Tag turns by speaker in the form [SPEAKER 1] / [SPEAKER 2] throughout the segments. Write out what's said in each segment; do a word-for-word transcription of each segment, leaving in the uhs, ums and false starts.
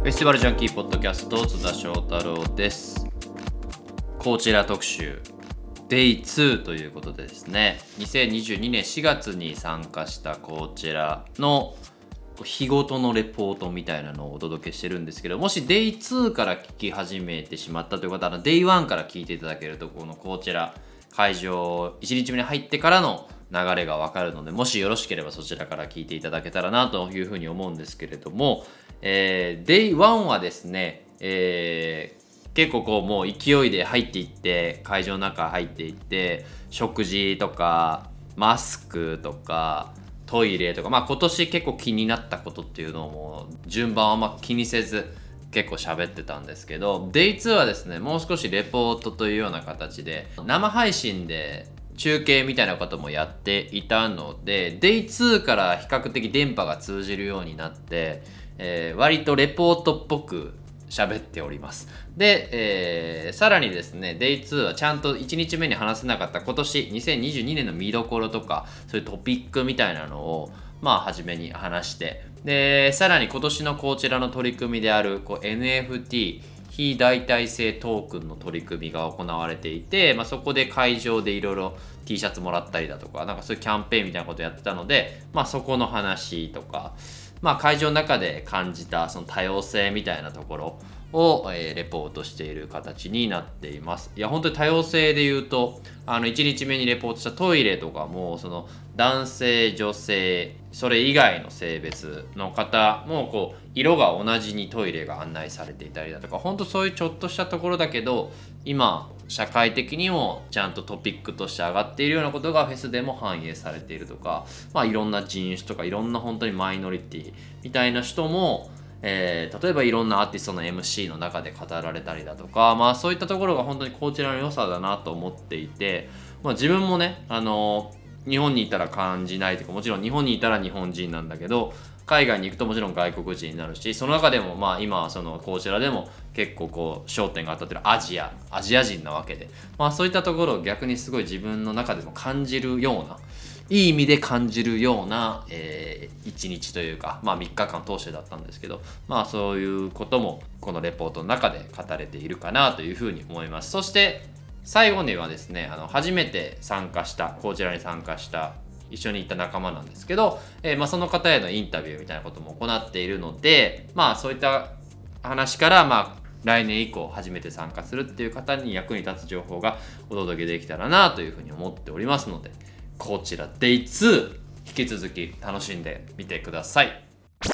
[SPEAKER 1] フェスティバルジャンキーポッドキャスト津田翔太郎です。こちら特集 デイツー ということでですね、にせんにじゅうにねんしがつに参加したこちらの日ごとのレポートみたいなのをお届けしてるんですけど、もし デイツー から聞き始めてしまったという方は デイワン から聞いていただけると、このこちら会場いちにちめに入ってからの流れがわかるので、もしよろしければそちらから聞いていただけたらなというふうに思うんですけれども、えー、デイワン はですね、えー、結構こうもう勢いで入っていって会場の中入っていって食事とかマスクとかトイレとか、まあ今年結構気になったことっていうのをもう順番はあんま気にせず結構喋ってたんですけど、 デイツー はですねもう少しレポートというような形で生配信で中継みたいなこともやっていたので、 デイツー から比較的電波が通じるようになって、えー、割とレポートっぽく喋っております。で、えー、さらにですね デイツー はちゃんといちにちめに話せなかった今年にせんにじゅうにねんの見どころとかそういうトピックみたいなのをまあ初めに話して、でさらに今年のこちらの取り組みであるこう エヌエフティー 非代替性トークンの取り組みが行われていて、まあ、そこで会場でいろいろ T シャツもらったりだとかなんかそういうキャンペーンみたいなことやってたので、まあ、そこの話とか、まあ、会場の中で感じたその多様性みたいなところを、えー、レポートしている形になっています。いや本当に多様性で言うと、あのいちにちめにレポートしたトイレとかもその男性女性それ以外の性別の方もこう色が同じにトイレが案内されていたりだとか、本当そういうちょっとしたところだけど今社会的にもちゃんとトピックとして上がっているようなことがフェスでも反映されているとか、まあいろんな人種とかいろんな本当にマイノリティみたいな人もえー、例えばいろんなアーティストの エムシー の中で語られたりだとか、まあそういったところが本当にこちらの良さだなと思っていて、まあ、自分もね、あのー、日本にいたら感じないというか、もちろん日本にいたら日本人なんだけど海外に行くともちろん外国人になるし、その中でもまあ今そのこちらでも結構こう焦点が当たってるアジアアジア人なわけで、まあそういったところを逆にすごい自分の中でも感じるようないい意味で感じるような、えー、いちにちというか、まあ、みっかかん通してだったんですけど、まあそういうこともこのレポートの中で語れているかなというふうに思います。そして最後にはですね、あの初めて参加したこちらに参加した一緒に行った仲間なんですけど、えーまあ、その方へのインタビューみたいなことも行っているので、まあそういった話からまあ来年以降初めて参加するっていう方に役に立つ情報がお届けできたらなというふうに思っておりますので、こちら デイツー 引き続き楽しんでみてください。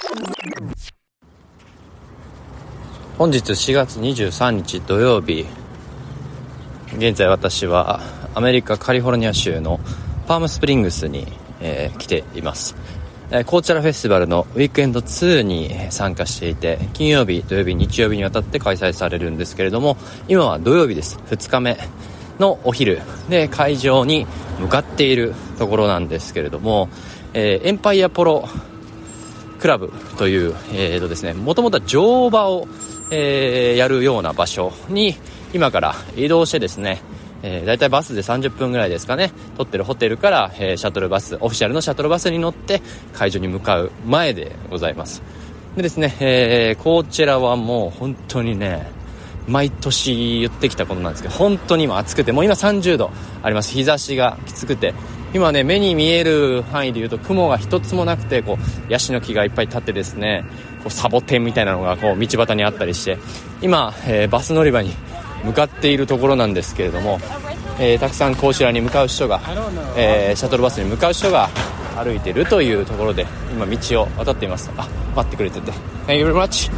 [SPEAKER 1] 本日しがつにじゅうさんにち土曜日、現在私はアメリカカリフォルニア州のパームスプリングスに、えー、来ています。えー、コーチェラフェスティバルのウィークエンドツーに参加していて、金曜日土曜日日曜日にわたって開催されるんですけれども、今は土曜日です。ふつかめのお昼で会場に向かっているところなんですけれども、えー、エンパイアポロクラブという、えーとですね、もともとは乗馬を、えー、やるような場所に今から移動してですね、えー、だいたいバスでさんじゅっぷんぐらいですかね、撮ってるホテルから、えー、シャトルバスオフィシャルのシャトルバスに乗って会場に向かう前でございます。でですね、えー、コーチェラはもう本当にね毎年言ってきたことなんですけど、本当に今暑くて、もう今さんじゅうどあります。日差しがきつくて、今ね目に見える範囲で言うと雲が一つもなくて、こうヤシの木がいっぱい立ってですね、こうサボテンみたいなのがこう道端にあったりして、今、えー、バス乗り場に向かっているところなんですけれども、えー、たくさんこちらに向かう人が、えー、シャトルバスに向かう人が歩いているというところで今道を渡っています。あ、待ってくれてて Thank you very much。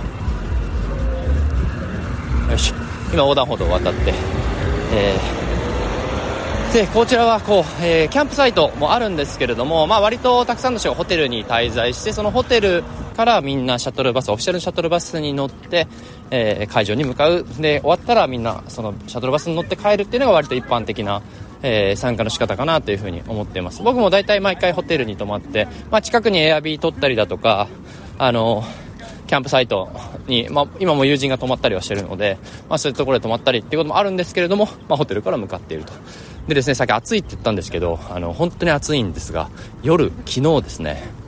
[SPEAKER 1] よし、今横断歩道を渡って、えー、でこちらはこう、えー、キャンプサイトもあるんですけれども、まあ、割とたくさんの人がホテルに滞在して、そのホテルからみんなシャトルバスオフィシャルシャトルバスに乗って、えー、会場に向かう。で終わったらみんなそのシャトルバスに乗って帰るっていうのが割と一般的な、えー、参加の仕方かなというふうに思っています。僕もだいたい毎回ホテルに泊まって、まあ、近くにエアビー取ったりだとか、あのキャンプサイトに、まあ、今も友人が泊まったりはしてるので、まあ、そういうところで泊まったりっていうこともあるんですけれども、まあ、ホテルから向かっていると。でですね、さっき暑いって言ったんですけど、あの本当に暑いんですが、夜昨日ですね、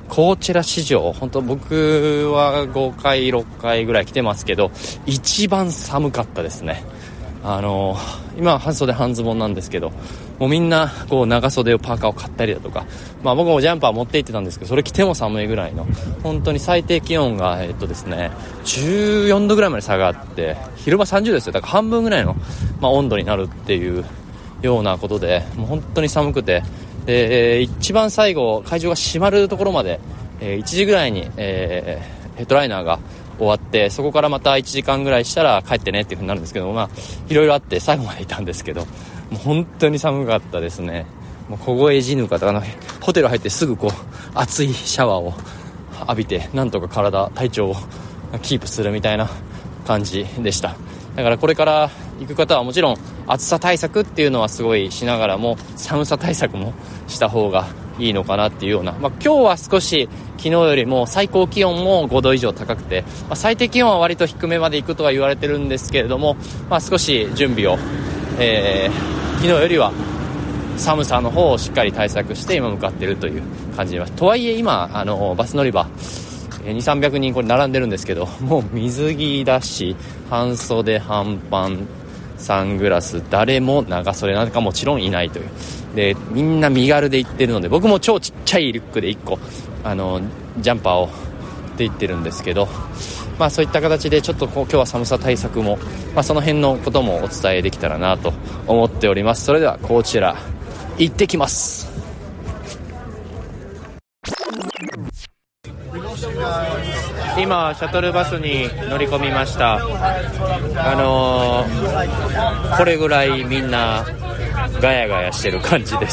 [SPEAKER 2] コーチェラ史上本当僕はごかいろっかいぐらい来てますけど一番寒かったですね。あの今は半袖半ズボンなんですけど、もうみんなこう長袖をパーカーを買ったりだとか、まあ僕もジャンパー持って行ってたんですけど、それ着ても寒いぐらいの本当に最低気温がえっとですねじゅうよんどぐらいまで下がって、昼間さんじゅうどですよ。だから半分ぐらいの、まあ、温度になるっていうようなことで、もう本当に寒くて、で一番最後会場が閉まるところまで、えー、いちじぐらいに、えー、ヘッドライナーが終わって、そこからまたいちじかんぐらいしたら帰ってねっていう風になるんですけど、まあいろいろあって最後までいたんですけど、もう本当に寒かったですね。もう凍え死ぬかと、あのホテル入ってすぐこう熱いシャワーを浴びてなんとか体体調をキープするみたいな感じでした。だからこれから行く方はもちろん暑さ対策っていうのはすごいしながらも、寒さ対策もした方がいいのかなっていうような、まあ、今日は少し昨日よりも最高気温もごど以上高くて、まあ、最低気温は割と低めまで行くとは言われてるんですけれども、まあ、少し準備を、えー、昨日よりは寒さの方をしっかり対策して今向かっているという感じでます。とはいえ今あのバス乗り場にせんさんびゃくにんこれ並んでるんですけど、もう水着だし半袖半パンサングラス、誰も長袖なんかもちろんいないというで、みんな身軽で行ってるので、僕も超ちっちゃいリュックでいっこあのジャンパーをで行ってるんですけど、まあそういった形でちょっとこう今日は寒さ対策も、まあ、その辺のこともお伝えできたらなと思っております。それではこちら行ってきます。今シャトルバスに乗り込みました。あのー、これぐらいみんなガヤガヤしてる感じです。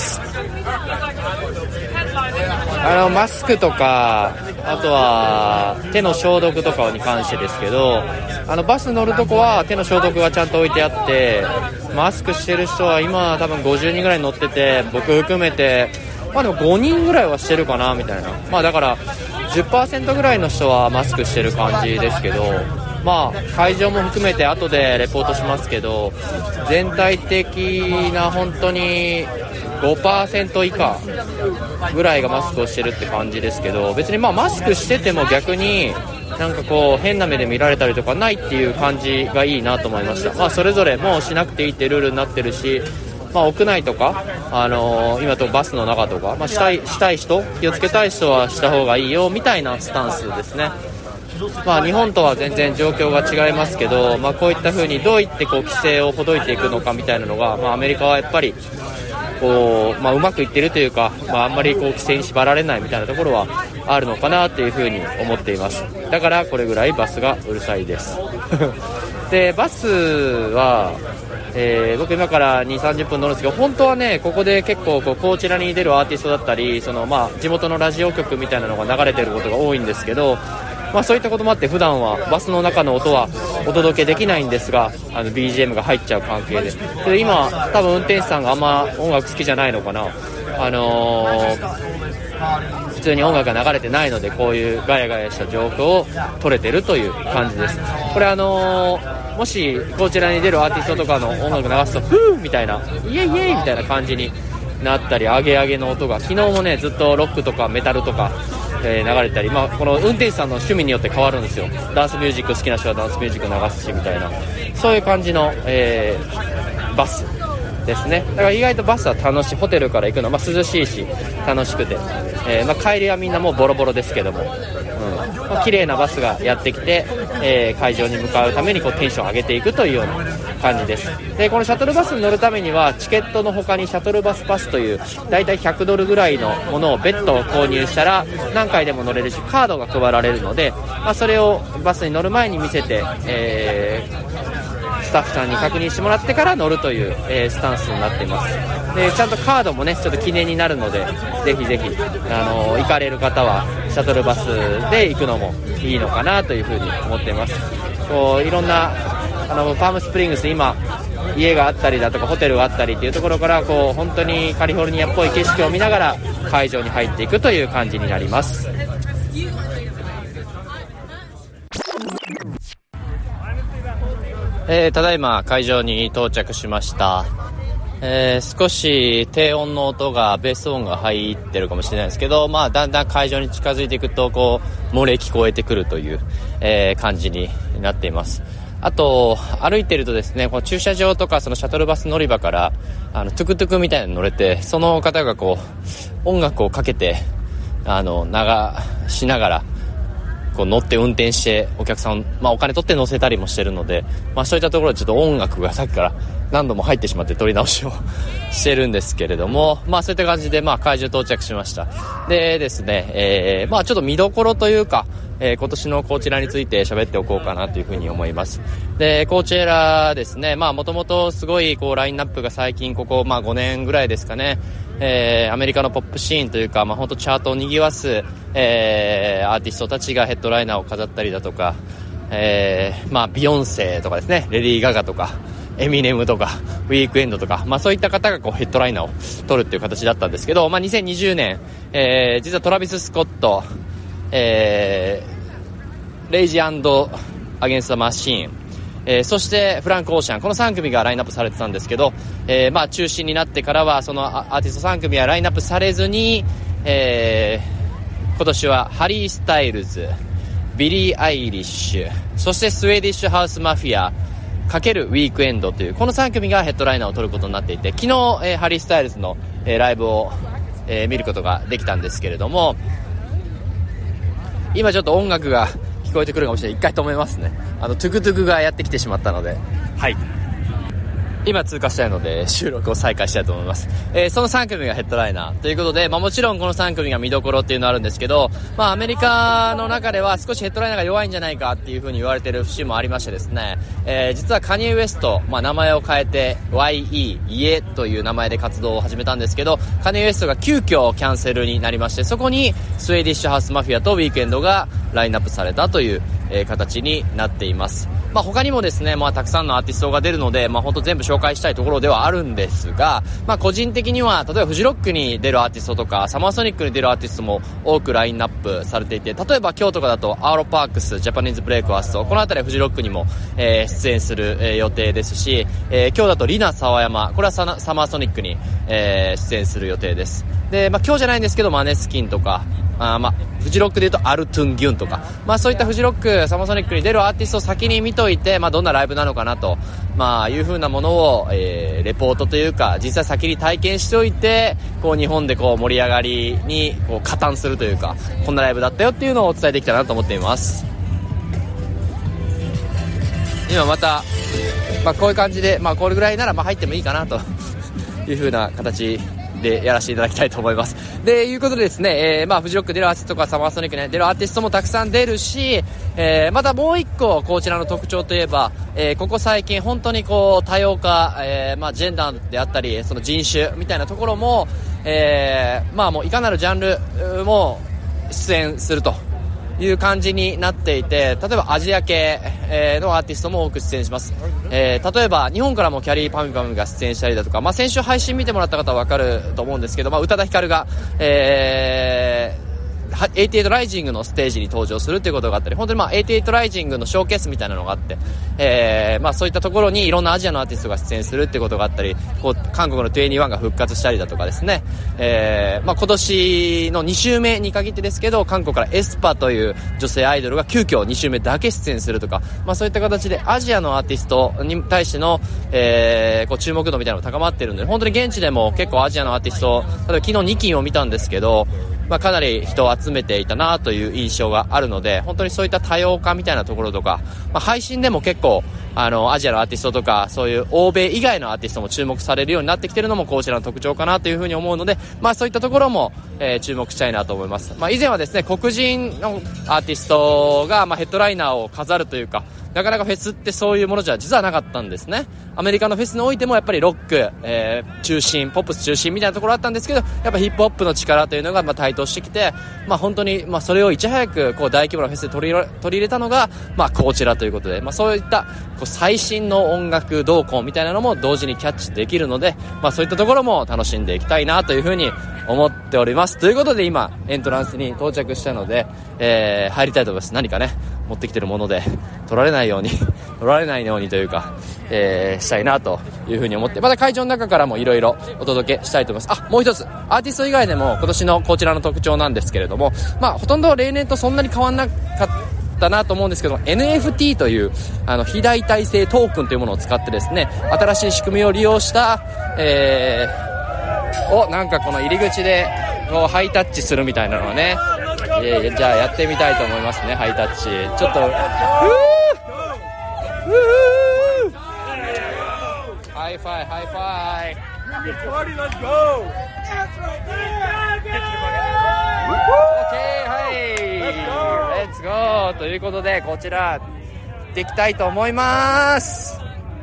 [SPEAKER 2] あのマスクとか、あとは手の消毒とかに関してですけど、あのバス乗るとこは手の消毒がちゃんと置いてあって、マスクしてる人は今多分ごじゅうにんぐらい乗ってて、僕含めてまあでもごにんぐらいはしてるかなみたいな、まあだから じゅっパーセント ぐらいの人はマスクしてる感じですけど、まあ会場も含めて後でレポートしますけど、全体的な本当に ごパーセント 以下ぐらいがマスクをしてるって感じですけど、別にまあマスクしてても逆になんかこう変な目で見られたりとかないっていう感じがいいなと思いました。まあそれぞれもうしなくていいってルールになってるし、まあ、屋内とか、あのー、今とバスの中とか、まあ、したい、したい人、気をつけたい人はした方がいいよみたいなスタンスですね。まあ、日本とは全然状況が違いますけど、まあ、こういった風にどういってこう規制をほどいていくのかみたいなのが、まあ、アメリカはやっぱりこう、まあ、うまくいってるというか、まあ、あんまりこう規制に縛られないみたいなところはあるのかなという風に思っています。だからこれぐらいバスがうるさいですでバスはえー、僕今からにじゅうさんじゅっぷん乗るんですけど、本当はねここで結構こうこちらに出るアーティストだったり、そのまあ地元のラジオ局みたいなのが流れてることが多いんですけど、まあそういったこともあって普段はバスの中の音はお届けできないんですが、あの ビージーエム が入っちゃう関係で、で今多分運転手さんがあんま音楽好きじゃないのかな、あのー、普通に音楽が流れてないので、こういうガヤガヤした状況を撮れてるという感じです。これあのーもしこちらに出るアーティストとかの音楽流すとフーみたいな、イエイイエイみたいな感じになったり、アゲアゲの音が昨日もねずっとロックとかメタルとか、えー、流れたり、まあ、この運転手さんの趣味によって変わるんですよ。ダンスミュージック好きな人はダンスミュージック流すしみたいな、そういう感じの、えー、バスですね。だから意外とバスは楽しい。ホテルから行くのは、まあ、涼しいし楽しくて、えーまあ、帰りはみんなもうボロボロですけども、うんまあ、綺麗なバスがやってきて、えー、会場に向かうためにこうテンション上げていくというような感じです。でこのシャトルバスに乗るためにはチケットの他にシャトルバスパスというだいたいひゃくドルぐらいのものを別途購入したら何回でも乗れるし、カードが配られるので、まあ、それをバスに乗る前に見せて、えースタッフさんに確認してもらってから乗るという、えー、スタンスになっています。でちゃんとカードもねちょっと記念になるので、ぜひぜひ、あのー、行かれる方はシャトルバスで行くのもいいのかなというふうに思っています。こういろんなあのパームスプリングス、今家があったりだとかホテルがあったりっていうところから、こう本当にカリフォルニアっぽい景色を見ながら会場に入っていくという感じになります。えー、ただいま会場に到着しました。 えー、少し低音の音がベース音が入ってるかもしれないですけど、まあ、だんだん会場に近づいていくとこう漏れ聞こえてくるという、えー、感じになっています。あと歩いてるとですね、この駐車場とかそのシャトルバス乗り場からあのトゥクトゥクみたいなの乗れて、その方がこう音楽をかけてあの流しながらこう乗って運転してお客さん、まあ、お金取って乗せたりもしてるので、まあ、そういったところでちょっと音楽がさっきから何度も入ってしまって撮り直しをしてるんですけれども、まあそういった感じでまあ会場到着しました。でですね、えー、まあちょっと見どころというか、えー、今年のこちらについて喋っておこうかなというふうに思います。で、こちらですね、まあもともとすごいこうラインナップが最近ここまあごねんぐらいですかね、えー、アメリカのポップシーンというか、まあ本当チャートを賑わす、えー、アーティストたちがヘッドライナーを飾ったりだとか、えー、まあビヨンセとかですね、レディー・ガガとかエミネムとかウィークエンドとか、まあそういった方がこうヘッドライナーを取るっていう形だったんですけど、まあにせんにじゅうねん、えー、実はトラビス・スコット、えー、レイジー&アゲンスト・マシーン、えー、そしてフランク・オーシャン、このさん組がラインナップされてたんですけど、えー、まあ中心になってからはそのアーティストさん組はラインナップされずに、えー、今年はハリー・スタイルズ、ビリー・アイリッシュ、そしてスウェーディッシュ・ハウス・マフィアかけるウィークエンドというこのさん組がヘッドライナーを取ることになっていて、昨日、えー、ハリー・スタイルズの、えー、ライブを、えー、見ることができたんですけれども、今ちょっと音楽が聞こえてくるかもしれない。一回止めますね。あのトゥクトゥクがやってきてしまったので、はい、今通過したいので収録を再開したいと思います。えー、そのさん組がヘッドライナーということで、まあ、もちろんこのさん組が見どころっていうのはあるんですけど、まあ、アメリカの中では少しヘッドライナーが弱いんじゃないかっていう風に言われている節もありましてですね、えー、実はカニエ・ウエスト、まあ、名前を変えて ワイイー 家という名前で活動を始めたんですけど、カニエ・ウエストが急遽キャンセルになりまして、そこにスウェーディッシュハウスマフィアとウィークエンドがラインナップされたという、えー、形になっています。まあ、他にもですね、まあ、たくさんのアーティストが出るので、まあ、本当全部紹介したいところではあるんですが、まあ、個人的には例えばフジロックに出るアーティストとかサマーソニックに出るアーティストも多くラインナップされていて、例えば今日とかだとアーロパークス、ジャパニーズブレイクファースト、このあたりはフジロックにも、えー、出演する、えー、予定ですし、えー、今日だとリナ沢山、これはサナサマーソニックに、えー、出演する予定です。で、まあ、今日じゃないんですけどマネスキンとか、あまあ、フジロックで言うとアルトゥンギュンとか、まあ、そういったフジロック、サマーソニックに出るアーティストを先に見といて、まあ、どんなライブなのかなと、まあ、いう風なものを、えー、レポートというか実際先に体験しておいて、こう日本でこう盛り上がりにこう加担するというか、こんなライブだったよっていうのをお伝えできたらなと思っています。今また、まあ、こういう感じで、まあ、これぐらいならまあ入ってもいいかなという風な形でやらせていただきたいと思います。でいうことでですね、えー、まあフジロック出るアーティストとかサマーソニックね出るアーティストもたくさん出るし、えー、またもう一個こちらの特徴といえば、えー、ここ最近本当にこう多様化、えー、まあジェンダーであったりその人種みたいなところも、えー、まあもういかなるジャンルも出演するという感じになっていて、例えばアジア系のアーティストも多く出演します。えー、例えば日本からもキャリーパミュパミュが出演したりだとか、まあ、先週配信見てもらった方は分かると思うんですけど、まあ、宇多田ヒカルが、えーはちじゅうはちライジングのステージに登場するということがあったり、本当にまあはちじゅうはちライジングのショーケースみたいなのがあって、えー、まあそういったところにいろんなアジアのアーティストが出演するっていうことがあったり、こう韓国のにじゅういちが復活したりだとかですね、えー、まあ今年のに週目に限ってですけど、韓国からエスパという女性アイドルが急遽に週目だけ出演するとか、まあそういった形でアジアのアーティストに対しての、えー、こう注目度みたいなのが高まっているので、本当に現地でも結構アジアのアーティスト、例えば昨日ニキンを見たんですけど、まあ、かなり人を集めていたなという印象があるので、本当にそういった多様化みたいなところとか、まあ、配信でも結構あのアジアのアーティストとかそういう欧米以外のアーティストも注目されるようになってきているのもこちらの特徴かなというふうに思うので、まあ、そういったところも、えー、注目したいなと思います。まあ、以前はですね、黒人のアーティストが、まあ、ヘッドライナーを飾るというか、なかなかフェスってそういうものじゃ実はなかったんですね。アメリカのフェスにおいてもやっぱりロック、えー、中心、ポップス中心みたいなところあったんですけど、やっぱヒップホップの力というのがまあ台頭してきて、まあ、本当にまあそれをいち早くこう大規模なフェスで取り入れ、取り入れたのがまあこちらということで、まあ、そういったこう最新の音楽動向みたいなのも同時にキャッチできるので、まあ、そういったところも楽しんでいきたいなというふうに思っております。ということで今エントランスに到着したので、えー、入りたいと思います。何かね持ってきてるもので取られないように取られないようにというか、えー、したいなというふうに思って、また会場の中からもいろいろお届けしたいと思います。あ、もう一つアーティスト以外でも今年のこちらの特徴なんですけれども、まあほとんど例年とそんなに変わんなかったなと思うんですけど、 エヌエフティー というあの非代替性トークンというものを使ってですね、新しい仕組みを利用した、えー、おなんかこの入り口でこうハイタッチするみたいなのはね、いやいやじゃあやってみたいと思いますね。ハイタッチちょっとうーうーハイファイハイファイ Let's go! OK はい Let's go! ということでこちらできたいと思います。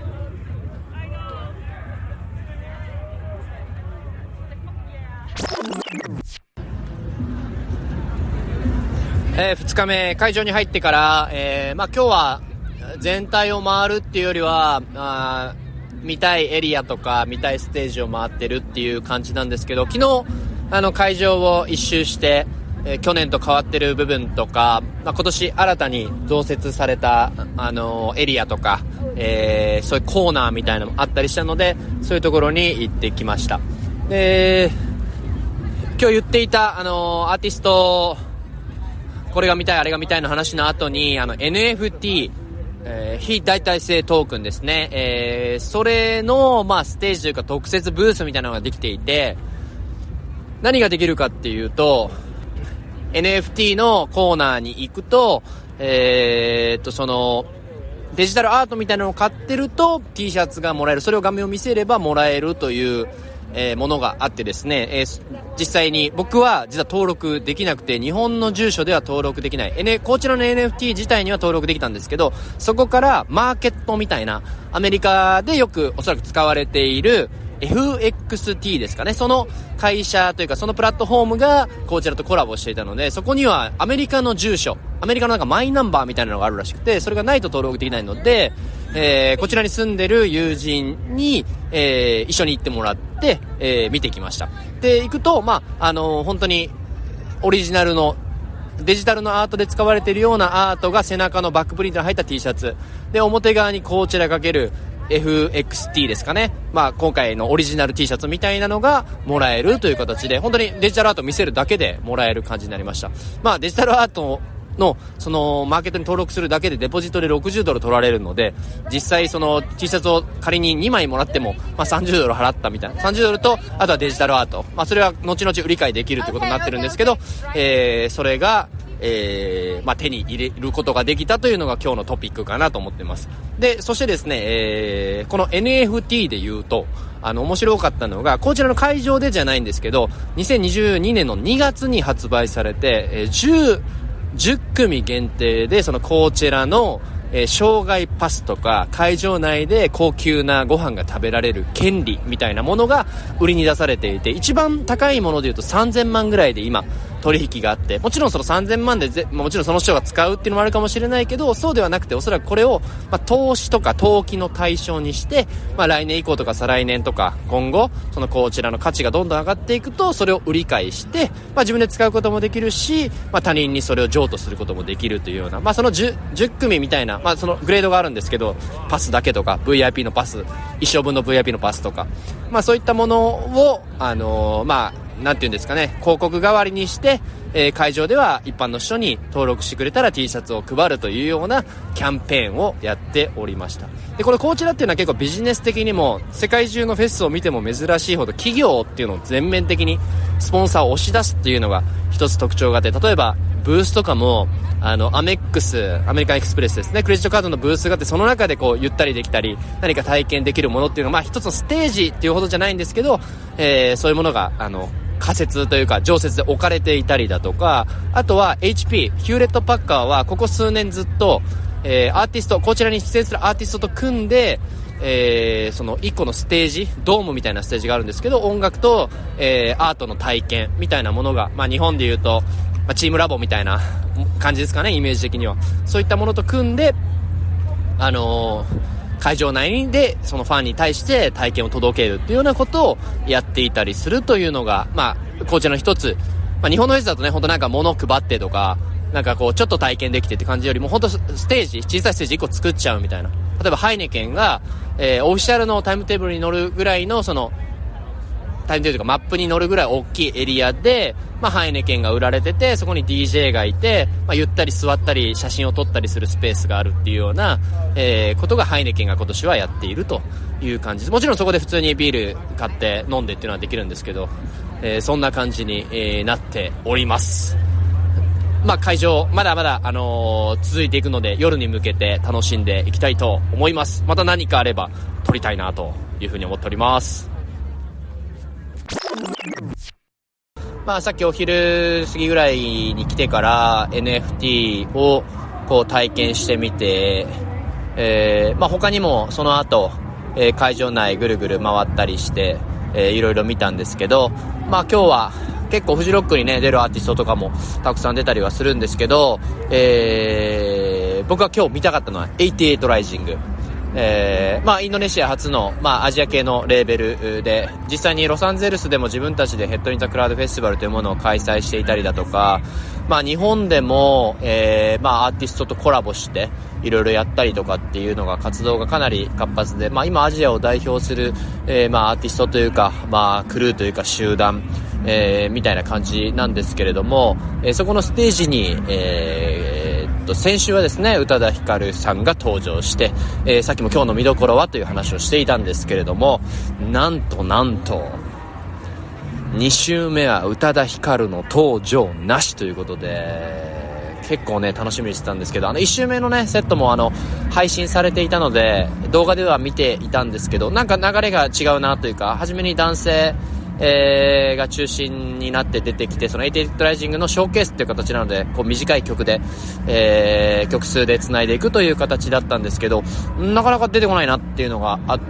[SPEAKER 2] えー、ふつかめ会場に入ってから、えーまあ、今日は全体を回るっていうよりはあ見たいエリアとか見たいステージを回ってるっていう感じなんですけど、昨日あの会場を一周して、えー、去年と変わってる部分とか、まあ、今年新たに増設された、あのー、エリアとか、えー、そういうコーナーみたいなのもあったりしたので、そういうところに行ってきました。で今日言っていた、あのー、アーティストこれが見たいあれが見たいの話の後にあの エヌエフティー、えー、非代替性トークンですね、えー、それの、まあ、ステージというか特設ブースみたいなのができていて、何ができるかっていうと エヌエフティー のコーナーに行くと、えー、っとそのデジタルアートみたいなのを買ってると T シャツがもらえる、それを画面を見せればもらえるというえー、ものがあってですね、えー、実際に僕は実は登録できなくて、日本の住所では登録できない、N、こちらの エヌエフティー 自体には登録できたんですけど、そこからマーケットみたいなアメリカでよくおそらく使われている エフエックスティー ですかね、その会社というかそのプラットフォームがこちらとコラボしていたので、そこにはアメリカの住所、アメリカのなんかマイナンバーみたいなのがあるらしくて、それがないと登録できないので、えー、こちらに住んでる友人に、えー、一緒に行ってもらって、えー、見てきました。で行くと、まああのー、本当にオリジナルのデジタルのアートで使われているようなアートが背中のバックプリントに入った T シャツで、表側にこちらかける エフエックスティー ですかね、まあ、今回のオリジナル T シャツみたいなのがもらえるという形で、本当にデジタルアートを見せるだけでもらえる感じになりました。まあ、デジタルアートのそのマーケットに登録するだけでデポジトでろくじゅうドル取られるので、実際その T シャツを仮ににまいもらっても、まあ、さんじゅうドル払ったみたいな、さんじゅうドルとあとはデジタルアート、まあ、それは後々売り買いできるということになってるんですけど、えー、それがえーまあ、手に入れることができたというのが今日のトピックかなと思ってます。でそしてですね、えー、この エヌエフティー で言うとあの面白かったのが、こちらの会場でじゃないんですけど、にせんにじゅうにねんのにがつに発売されて、えー、10, 10組限定でそのこちらのえー、障害パスとか会場内で高級なご飯が食べられる権利みたいなものが売りに出されていて、一番高いものでいうとさんぜんまんぐらいで今取引があって、もちろんそのさんぜんまんでぜもちろんその人が使うっていうのもあるかもしれないけど、そうではなくておそらくこれを、まあ、投資とか投機の対象にして、まあ、来年以降とか再来年とか今後そのこちらの価値がどんどん上がっていくと、それを売り買いして、まあ、自分で使うこともできるし、まあ、他人にそれを譲渡することもできるというような、まあ、その 10, じゅっ組みたいな、まあ、そのグレードがあるんですけど、パスだけとか ブイアイピー のパス、一生分の ブイアイピー のパスとか、まあ、そういったものをあのー、まあなんていうんですかね、広告代わりにして、えー、会場では一般の人に登録してくれたら T シャツを配るというようなキャンペーンをやっておりました。でこれこちらっていうのは結構ビジネス的にも世界中のフェスを見ても珍しいほど企業っていうのを全面的にスポンサーを押し出すっていうのが一つ特徴があって、例えばブースとかもあのアメックスアメリカンエクスプレスですね、クレジットカードのブースがあって、その中でこうゆったりできたり何か体験できるものっていうのが、まあ一つのステージっていうほどじゃないんですけど、えー、そういうものがあの仮設というか常設で置かれていたりだとか、あとは エイチピー ヒューレットパッカーはここ数年ずっと、えー、アーティストこちらに出演するアーティストと組んで、えー、そのいっこのステージドームみたいなステージがあるんですけど、音楽と、えー、アートの体験みたいなものが、まあ、日本でいうと、まあ、チームラボみたいな感じですかね、イメージ的には。そういったものと組んで、あのー会場内でそのファンに対して体験を届けるっていうようなことをやっていたりするというのが、まあこちらの一つ、まあ、日本のフェスだとね、本当なんか物を配ってとか、 なんかこうちょっと体験できてって感じよりも、本当ステージ、小さいステージいっこ作っちゃうみたいな。例えばハイネケンが、えー、オフィシャルのタイムテーブルに乗るぐらいのそのタイムテーブルというかマップに乗るぐらい大きいエリアで、まあ、ハイネケンが売られてて、そこに ディージェー がいて、まあ、ゆったり座ったり写真を撮ったりするスペースがあるっていうような、えー、ことがハイネケンが今年はやっているという感じです。もちろんそこで普通にビール買って飲んでっていうのはできるんですけど、えー、そんな感じに、えー、なっております。まあ、会場まだまだ、あのー、続いていくので、夜に向けて楽しんでいきたいと思います。また何かあれば撮りたいなというふうに思っております。まあ、さっきお昼過ぎぐらいに来てから エヌエフティー をこう体験してみて、えーまあ、他にもその後、えー、会場内ぐるぐる回ったりして、えー、いろいろ見たんですけど、まあ、今日は結構フジロックにね出るアーティストとかもたくさん出たりはするんですけど、えー、僕が今日見たかったのははちじゅうはちライジング、えーまあ、インドネシア初の、まあ、アジア系のレーベルで、実際にロサンゼルスでも自分たちでヘッドインザクラウドフェスティバルというものを開催していたりだとか、まあ、日本でも、えーまあ、アーティストとコラボしていろいろやったりとかっていうのが、活動がかなり活発で、まあ、今アジアを代表する、えーまあ、アーティストというか、まあ、クルーというか集団、えー、みたいな感じなんですけれども、えー、そこのステージに、えー、っと先週はですね宇多田ヒカルさんが登場して、えー、さっきも今日の見どころはという話をしていたんですけれども、なんとなんとに週目は宇多田ヒカルの登場なしということで、結構ね楽しみにしてたんですけど、あのいち週目のねセットもあの配信されていたので動画では見ていたんですけど、なんか流れが違うなというか、初めに男性えー、が中心になって出てきて、そのはちじゅうはちライジングのショーケースっていう形なので、こう短い曲で、えー、曲数で繋いでいくという形だったんですけど、なかなか出てこないなっていうのがあって、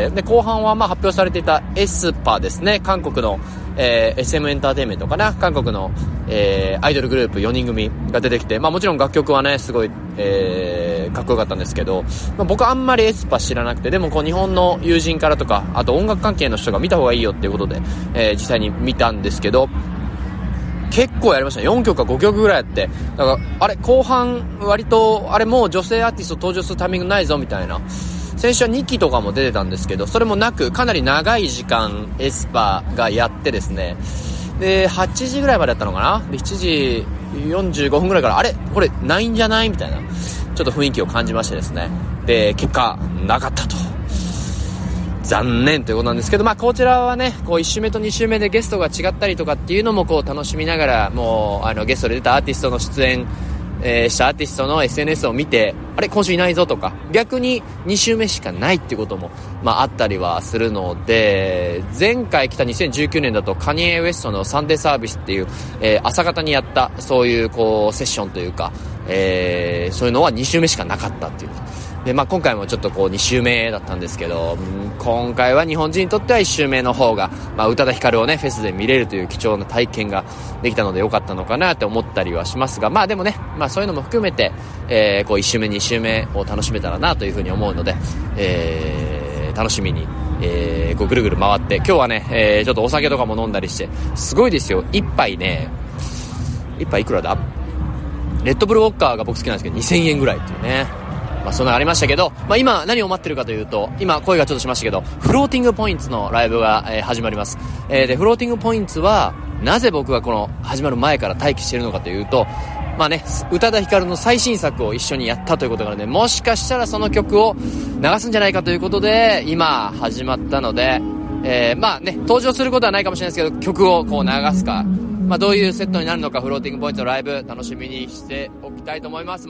[SPEAKER 2] で後半はまあ発表されていたエスパーですね、韓国の、えー、エスエム エンターテインメントかな、韓国の、えー、アイドルグループよにん組が出てきて、まあもちろん楽曲はねすごい、えー、かっこよかったんですけど、まあ、僕あんまりエスパー知らなくて、でもこう日本の友人からとか、あと音楽関係の人が見た方がいいよっていうことで、えー、実際に見たんですけど、結構やりましたね。よんきょくかごきょくぐらいやって、だからあれ後半割とあれもう女性アーティスト登場するタイミングないぞみたいな、先週はにきとかも出てたんですけど、それもなくかなり長い時間エスパーがやってですね、ではちじぐらいまでやったのかな、でしちじよんじゅうごふんぐらいからあれこれないんじゃないみたいなちょっと雰囲気を感じましてですね、で結果なかったと、残念ということなんですけど、まあこちらはねこういち週目とに週目でゲストが違ったりとかっていうのもこう楽しみながら、もうあのゲストで出たアーティストの出演、えー、したアーティストの エスエヌエス を見て、あれ今週いないぞとか、逆にに週目しかないっていうこともまああったりはするので、前回来たにせんじゅうきゅうねんだとカニエ・ウエストのサンデーサービスっていう、えー、朝方にやったそういうこうセッションというか、えー、そういうのはに週目しかなかったっていうで、まあ、今回もちょっとこうに週目だったんですけど、今回は日本人にとってはいち週目の方が、まあ、宇多田ヒカルをねフェスで見れるという貴重な体験ができたので良かったのかなって思ったりはしますが、まあでもね、まあ、そういうのも含めて、えー、こういち週目に週目を楽しめたらなというふうに思うので、えー、楽しみに、えー、こうぐるぐる回って、今日はね、えー、ちょっとお酒とかも飲んだりして、すごいですよ、一杯ね、一杯いくらだ、レッドブルウォッカーが僕好きなんですけどにせんえんぐらいっていうね、まあ、そんなのありましたけど、まあ、今何を待ってるかというと、今声がちょっとしましたけど、フローティングポイントのライブが、えー、始まります、えー、でフローティングポイントはなぜ僕がこの始まる前から待機しているのかというと、まあね、宇多田ヒカルの最新作を一緒にやったということなので、もしかしたらその曲を流すんじゃないかということで今始まったので、えー、まあね登場することはないかもしれないですけど、曲をこう流すか、まあ、どういうセットになるのか、フローティングポイントのライブ楽しみにしておきたいと思います。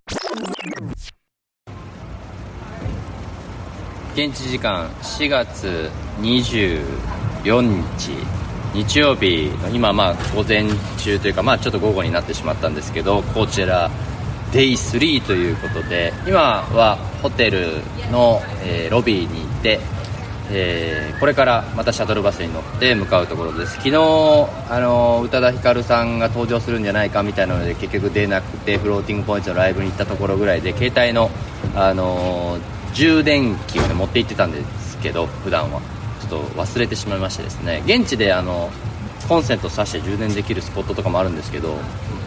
[SPEAKER 2] 現地時間しがつにじゅうよっか日曜日の今、まあ午前中というか、まあちょっと午後になってしまったんですけど、こちらデイスリーということで、今はホテルの、えー、ロビーにいて、えー、これからまたシャトルバスに乗って向かうところです。昨日あの宇多田ヒカルさんが登場するんじゃないかみたいなので結局出なくて、フローティングポイントのライブに行ったところぐらいで、携帯の、あのー、充電器を、ね、持って行ってたんですけど、普段はちょっと忘れてしまいましてですね、現地であのコンセント挿して充電できるスポットとかもあるんですけど、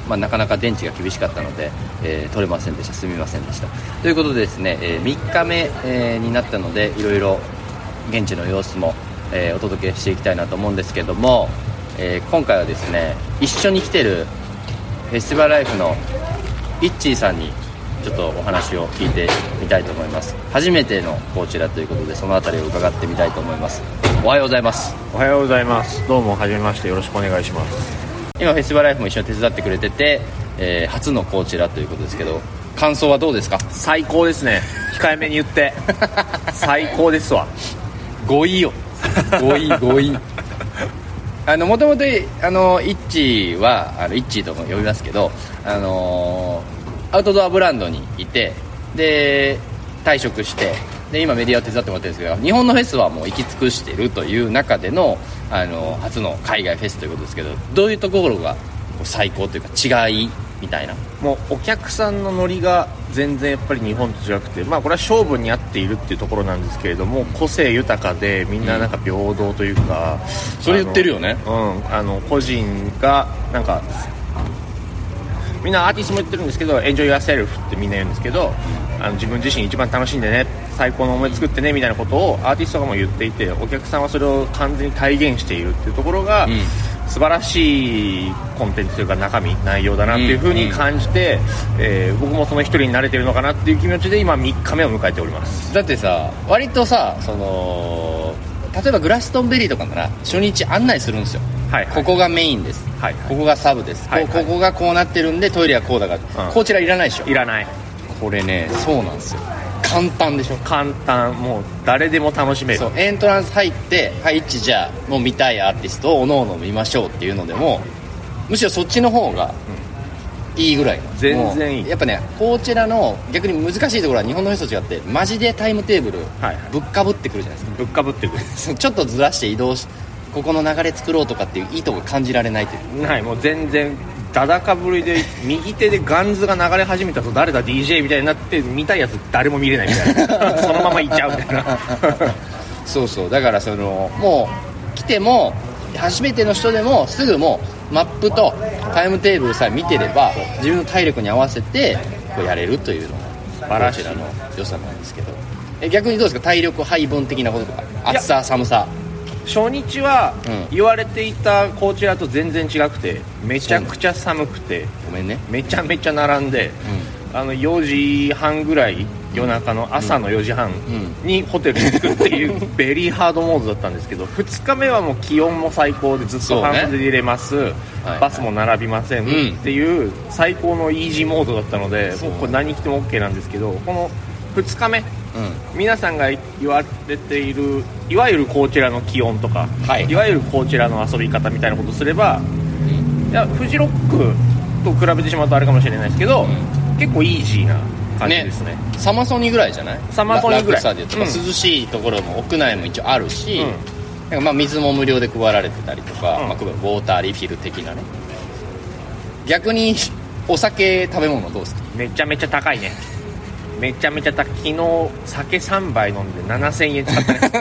[SPEAKER 3] まあ、なかなか電池が厳しかったので、えー、撮れませんでした。すみませんでした。ということでですね、えー、みっかめ、えー、になったのでいろいろ現地の様子も、えー、お届けしていきたいなと思うんですけども、えー、今回はですね一緒に来てるフェスティバルライフのイッチーさんにちょっとお話を聞いてみたいと思います。初めてのこちらということでそのあたりを伺ってみたいと思います。おはようございます。
[SPEAKER 4] おはようございます。どうもはじめまして、よろしくお願いします。
[SPEAKER 3] 今フェスティバルライフも一緒に手伝ってくれてて、えー、初のこちらということですけど感想はどうですか？
[SPEAKER 4] 最高ですね。控えめに言って最高ですわ。
[SPEAKER 3] ごいよごいごいあのもともとあのイッチーはあのイッチーとも呼びますけど、あのーアウトドアブランドにいて、で退職してで今メディアを手伝ってもらってるんですけど、日本のフェスはもう行き尽くしているという中での、あの初の海外フェスということですけど、どういうところが最高というか違いみたいな。
[SPEAKER 4] もうお客さんのノリが全然やっぱり日本と違くて、まあこれは勝負に合っているっていうところなんですけれども、個性豊かでみんななんか平等というか、
[SPEAKER 3] うん、それ言ってるよね。
[SPEAKER 4] うん、あの個人がなんかみんなアーティストも言ってるんですけど、エンジョイ・ヨアセルフってみんな言うんですけど、あの自分自身一番楽しんでね、最高の思い作ってねみたいなことをアーティストがも言っていて、お客さんはそれを完全に体現しているっていうところが、うん、素晴らしいコンテンツというか中身内容だなっていう風に感じて、うんうんえー、僕もその一人になれてるのかなっていう気持ちで今みっかめを迎えております。
[SPEAKER 3] だってさ、割とさ、その例えばグラストンベリーとかなら初日案内するんですよ。はいはい、ここがメインです、はいはい、ここがサブです、はいはい、こ, ここがこうなってるんでトイレはこうだから、うん、こちらいらないでしょ。
[SPEAKER 4] いらない。
[SPEAKER 3] これね、そうなんですよ。簡単でしょ。
[SPEAKER 4] 簡単。もう誰でも楽しめる。
[SPEAKER 3] そうエントランス入ってはい一じゃあもう見たいアーティストをおのおの見ましょうっていうのでもむしろそっちの方がいいぐらいの、うん、
[SPEAKER 4] 全然いい。
[SPEAKER 3] やっぱねこちらの逆に難しいところは日本の人と違ってマジでタイムテーブルぶっかぶってくるじゃないですか、
[SPEAKER 4] ぶっかぶってくる
[SPEAKER 3] ちょっとずらして移動しここの流れ作ろうとかっていう意図が感じられないという。
[SPEAKER 4] はい、もう全然だだかぶりで右手でガンズが流れ始めたと誰だ ディージェー みたいになって見たいやつ誰も見れないみたいなそのまま行っちゃうみたいな
[SPEAKER 3] そうそう、だからそのもう来ても初めての人でもすぐもうマップとタイムテーブルさえ見てれば自分の体力に合わせてこうやれるというのが素晴らしいの良さなんですけど、え逆にどうですか、体力配分的なこととか暑さ寒さ。
[SPEAKER 4] 初日は言われていたこちらと全然違くてめちゃくちゃ寒くて、
[SPEAKER 3] ごめんね、
[SPEAKER 4] めちゃめちゃ並んで、うん、あのよじはんぐらい夜中の朝のよじはんにホテルに着くっていうベリーハードモードだったんですけど、ふつかめはもう気温も最高でずっと半袖で入れます、ね、バスも並びませんっていう最高のイージーモードだったので、もうこれ何着ても OK なんですけど、このふつかめ、うん、皆さんが言われているいわゆるこちらの気温とか、はい、いわゆるこちらの遊び方みたいなことすれば、うん、いやフジロックと比べてしまうとあれかもしれないですけど、うん、結構イージーな感じですね。
[SPEAKER 3] サマソニぐらいじゃない？
[SPEAKER 4] サマソニぐらい。
[SPEAKER 3] 落差で、うん、涼しいところも屋内も一応あるし、うん、なんかまあ水も無料で配られてたりとか、うんまあ、ウォーターリフィル的なね。逆にお酒食べ物どうですか？
[SPEAKER 4] めちゃめちゃ高いね。めちゃめちゃ高い。昨日酒さんばい飲んでななせんえん使ったね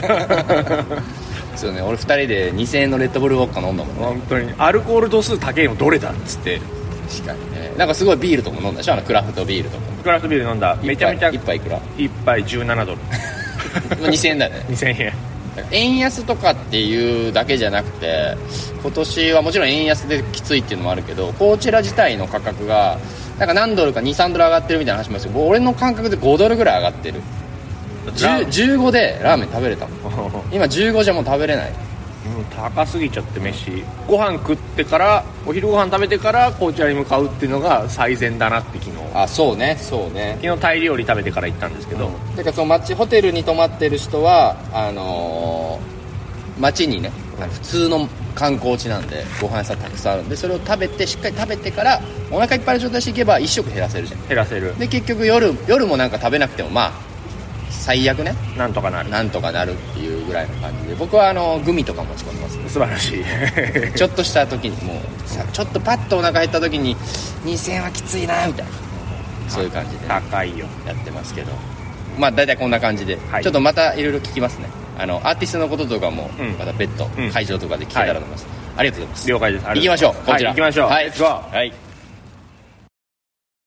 [SPEAKER 3] そうね、俺ふたりでにせんえんのレッドブルウォッカ飲んだもんね。
[SPEAKER 4] 本当にアルコール度数高いのどれだっつって。
[SPEAKER 3] 確かにね。なんかすごいビールとかも飲んだでしょ、あのクラフトビールとか。
[SPEAKER 4] クラフトビール飲んだ。めちゃめちゃ
[SPEAKER 3] 一杯いくら？
[SPEAKER 4] 一杯じゅうななドル
[SPEAKER 3] にせんえんだよね。
[SPEAKER 4] にせんえん。
[SPEAKER 3] 円安とかっていうだけじゃなくて、今年はもちろん円安できついっていうのもあるけど、こちら自体の価格がなんか何ドルかに、さんドル上がってるみたいな話もですけど、俺の感覚でごドルぐらい上がってる。じゅうごでラーメン食べれたもん今じゅうごじゃもう食べれない。
[SPEAKER 4] うん、高すぎちゃって飯ご飯食ってからお昼ご飯食べてからこちらに向かうっていうのが最善だなって昨日。
[SPEAKER 3] あ、そうねそうね。
[SPEAKER 4] 昨日タイ料理食べてから行ったんですけど、
[SPEAKER 3] うん、てかその街ホテルに泊まってる人はあのー、街にね普通の観光地なんでご飯屋さんたくさんあるんで、それを食べてしっかり食べてからお腹いっぱいの状態していけば一食減らせるじゃん。
[SPEAKER 4] 減らせる。
[SPEAKER 3] で結局夜夜もなんか食べなくてもまあ最悪ね
[SPEAKER 4] なんとかなる
[SPEAKER 3] なんとかなるっていうぐらいの感じで、僕はあのグミとか持ち込みます、ね、
[SPEAKER 4] 素晴らしい
[SPEAKER 3] ちょっとした時にもうさちょっとパッとお腹減った時ににせんえんはきついなみたいな、そういう感じで、ね、
[SPEAKER 4] 高いよ
[SPEAKER 3] やってますけど、まあ大体こんな感じで、はい、ちょっとまたいろいろ聞きますね。あのアーティストのこととかもまた別途会場とかで聞けたらと思います、うん、ありがとうございます。
[SPEAKER 4] 了解です。
[SPEAKER 3] 行きましょうこちら、
[SPEAKER 4] はい、行きましょう。
[SPEAKER 3] はい、
[SPEAKER 4] レッツゴー。
[SPEAKER 3] はい